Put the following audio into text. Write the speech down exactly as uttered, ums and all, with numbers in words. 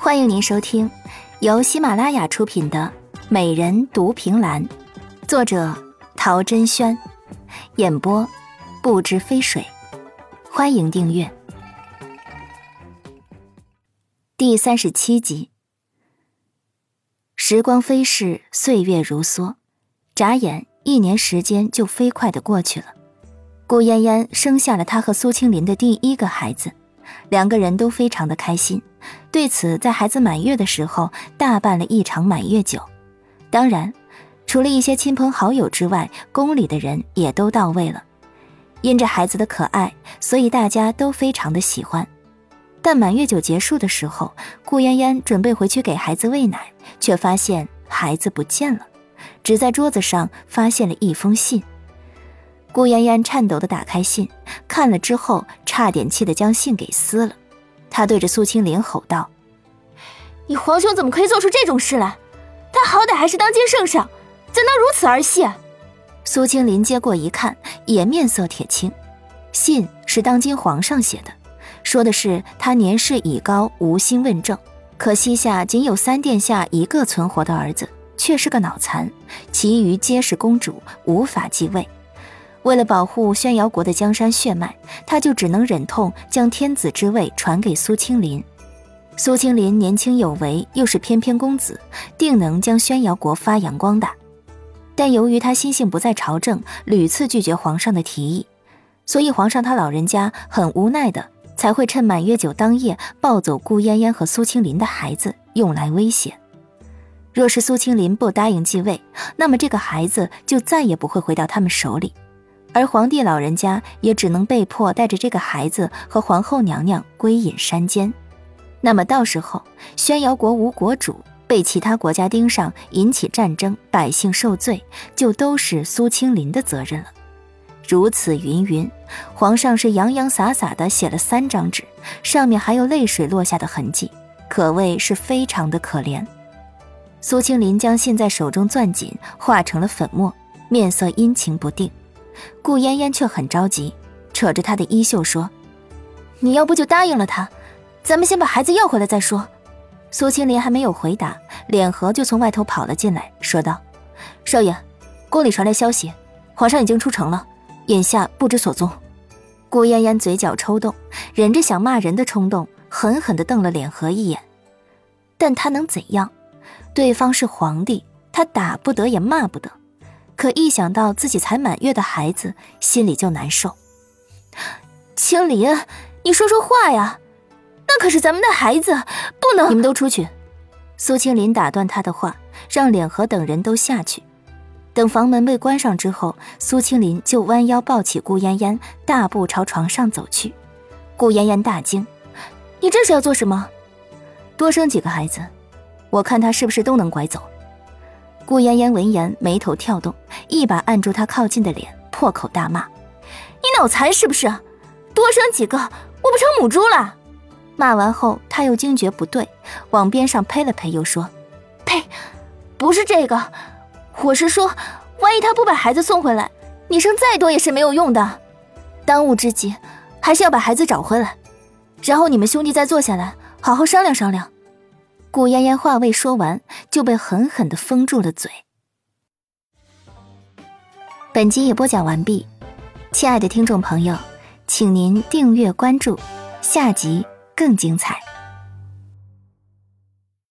欢迎您收听由喜马拉雅出品的《美人独凭栏》，作者陶珍轩，演播不知飞水。欢迎订阅。第三十七集。时光飞逝，岁月如梭，眨眼一年时间就飞快地过去了。顾嫣嫣生下了她和苏清林的第一个孩子，两个人都非常的开心，对此在孩子满月的时候大办了一场满月酒。当然除了一些亲朋好友之外，宫里的人也都到位了。因着孩子的可爱，所以大家都非常的喜欢。但满月酒结束的时候，顾嫣嫣准备回去给孩子喂奶，却发现孩子不见了，只在桌子上发现了一封信。顾嫣嫣颤抖地打开信，看了之后差点气得将信给撕了。她对着苏清林吼道： 你皇兄怎么可以做出这种事来？他好歹还是当今圣上，怎能如此儿戏？ 苏清林接过一看，也面色铁青。信是当今皇上写的，说的是他年事已高，无心问政，可膝下仅有三殿下一个存活的儿子，却是个脑残，其余皆是公主，无法继位。为了保护宣瑶国的江山血脉，他就只能忍痛将天子之位传给苏清林。苏清林年轻有为，又是翩翩公子，定能将宣瑶国发扬光大。但由于他心性不在朝政，屡次拒绝皇上的提议，所以皇上他老人家很无奈的才会趁满月酒当夜抱走顾嫣嫣和苏清林的孩子，用来威胁。若是苏清林不答应继位，那么这个孩子就再也不会回到他们手里，而皇帝老人家也只能被迫带着这个孩子和皇后娘娘归隐山间。那么到时候宣瑶国无国主，被其他国家盯上，引起战争，百姓受罪，就都是苏清林的责任了。如此云云，皇上是洋洋洒洒地写了三张纸，上面还有泪水落下的痕迹，可谓是非常的可怜。苏清林将信在手中攥紧，化成了粉末，面色阴晴不定。顾嫣嫣却很着急，扯着他的衣袖说：你要不就答应了他，咱们先把孩子要回来再说。苏清林还没有回答，脸和就从外头跑了进来，说道：少爷，宫里传来消息，皇上已经出城了，眼下不知所踪。顾嫣嫣嘴角抽动，忍着想骂人的冲动，狠狠地瞪了脸和一眼。但他能怎样？对方是皇帝，他打不得也骂不得，可一想到自己才满月的孩子，心里就难受。 清林，你说说话呀，那可是咱们的孩子，不能…… 你们都出去。苏清林打断他的话，让脸和等人都下去。等房门被关上之后，苏清林就弯腰抱起顾嫣嫣，大步朝床上走去。顾嫣嫣大惊： 你这是要做什么？ 多生几个孩子，我看他是不是都能拐走。顾嫣嫣闻言眉头跳动，一把按住他靠近的脸，破口大骂： 你脑残是不是？多生几个，我不成母猪了？ 骂完后他又惊觉不对，往边上呸了呸，又说： 呸，不是这个，我是说万一他不把孩子送回来，你生再多也是没有用的。当务之急还是要把孩子找回来，然后你们兄弟再坐下来好好商量商量。 顾嫣嫣话未说完，就被狠狠地封住了嘴。本集也播讲完毕，亲爱的听众朋友，请您订阅关注，下集更精彩。